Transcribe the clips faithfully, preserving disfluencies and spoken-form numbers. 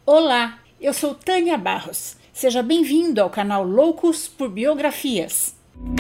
Olá, eu sou Tânia Barros. Seja bem-vindo ao canal Loucos por Biografias.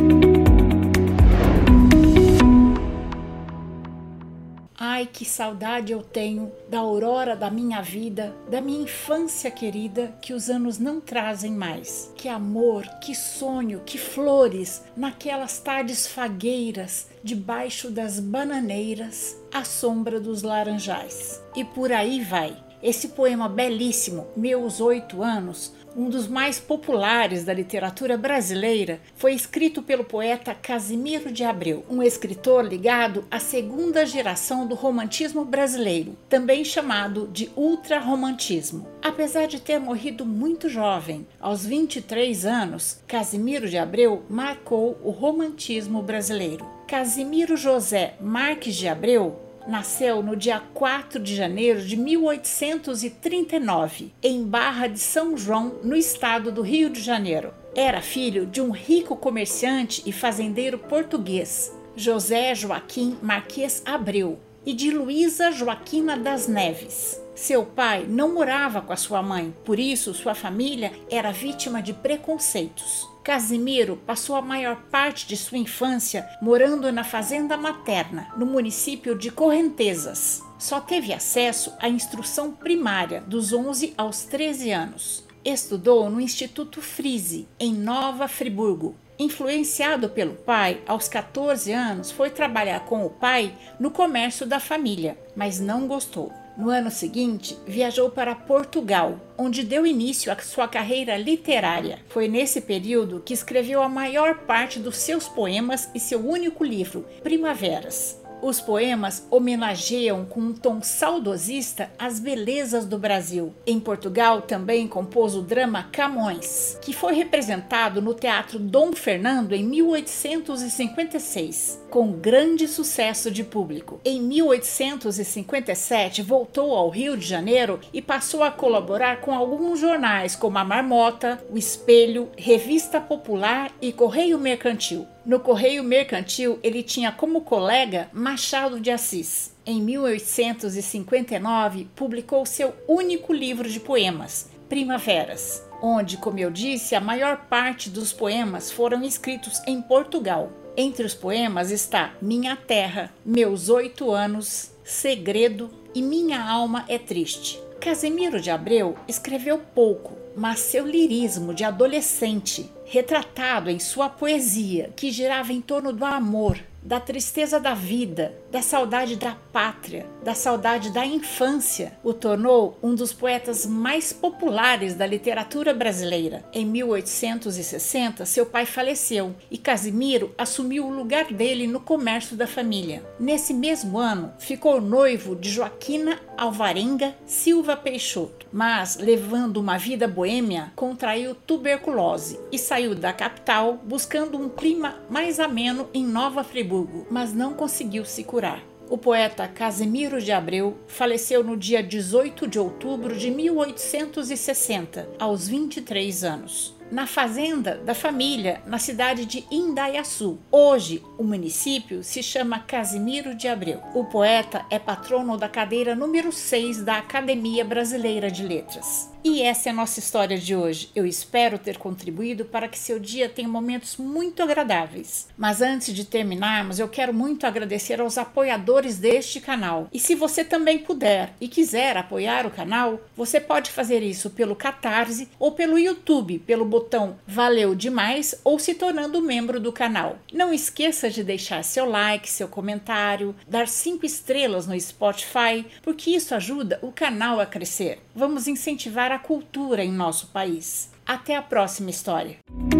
Ai, que saudade eu tenho da aurora da minha vida, da minha infância querida, que os anos não trazem mais. Que amor, que sonho, que flores, naquelas tardes fagueiras, debaixo das bananeiras, à sombra dos laranjais. E por aí vai. Esse poema belíssimo, Meus Oito Anos, um dos mais populares da literatura brasileira, foi escrito pelo poeta Casimiro de Abreu, um escritor ligado à segunda geração do romantismo brasileiro, também chamado de ultrarromantismo. Apesar de ter morrido muito jovem, aos vinte e três anos, Casimiro de Abreu marcou o romantismo brasileiro. Casimiro José Marques de Abreu nasceu no dia quatro de janeiro de mil oitocentos e trinta e nove, em Barra de São João, no estado do Rio de Janeiro. Era filho de um rico comerciante e fazendeiro português, José Joaquim Marques Abreu, e de Luísa Joaquina das Neves. Seu pai não morava com a sua mãe, por isso sua família era vítima de preconceitos. Casimiro passou a maior parte de sua infância morando na fazenda materna, no município de Correntezas. Só teve acesso à instrução primária dos onze aos treze anos. Estudou no Instituto Frise, em Nova Friburgo. Influenciado pelo pai, aos quatorze anos foi trabalhar com o pai no comércio da família, mas não gostou. No ano seguinte, viajou para Portugal, onde deu início à sua carreira literária. Foi nesse período que escreveu a maior parte dos seus poemas e seu único livro, Primaveras. Os poemas homenageiam com um tom saudosista as belezas do Brasil. Em Portugal também compôs o drama Camões, que foi representado no Teatro Dom Fernando em mil oitocentos e cinquenta e seis, com grande sucesso de público. Em mil oitocentos e cinquenta e sete voltou ao Rio de Janeiro e passou a colaborar com alguns jornais como a Marmota, o Espelho, Revista Popular e Correio Mercantil. No Correio Mercantil, ele tinha como colega Machado de Assis. Em mil oitocentos e cinquenta e nove, publicou seu único livro de poemas, Primaveras, onde, como eu disse, a maior parte dos poemas foram escritos em Portugal. Entre os poemas está Minha Terra, Meus Oito Anos, Segredo e Minha Alma é Triste. Casimiro de Abreu escreveu pouco, mas seu lirismo de adolescente, retratado em sua poesia, que girava em torno do amor, da tristeza da vida, da saudade da pátria, da saudade da infância, o tornou um dos poetas mais populares da literatura brasileira. Em mil oitocentos e sessenta, seu pai faleceu e Casimiro assumiu o lugar dele no comércio da família. Nesse mesmo ano, ficou noivo de Joaquina Alvarenga Silva Peixoto, mas, levando uma vida boêmia, contraiu tuberculose e saiu da capital buscando um clima mais ameno em Nova Friburgo, mas não conseguiu se curar. O poeta Casimiro de Abreu faleceu no dia dezoito de outubro de mil oitocentos e sessenta, aos vinte e três anos, na fazenda da família, na cidade de Indaiaçu. Hoje, o município se chama Casimiro de Abreu. O poeta é patrono da cadeira número seis da Academia Brasileira de Letras. E essa é a nossa história de hoje. Eu espero ter contribuído para que seu dia tenha momentos muito agradáveis. Mas antes de terminarmos, eu quero muito agradecer aos apoiadores deste canal. E se você também puder e quiser apoiar o canal, você pode fazer isso pelo Catarse ou pelo YouTube, pelo botão Valeu Demais ou se tornando membro do canal. Não esqueça de deixar seu like, seu comentário, dar cinco estrelas no Spotify, porque isso ajuda o canal a crescer. Vamos incentivar a cultura em nosso país. Até a próxima história.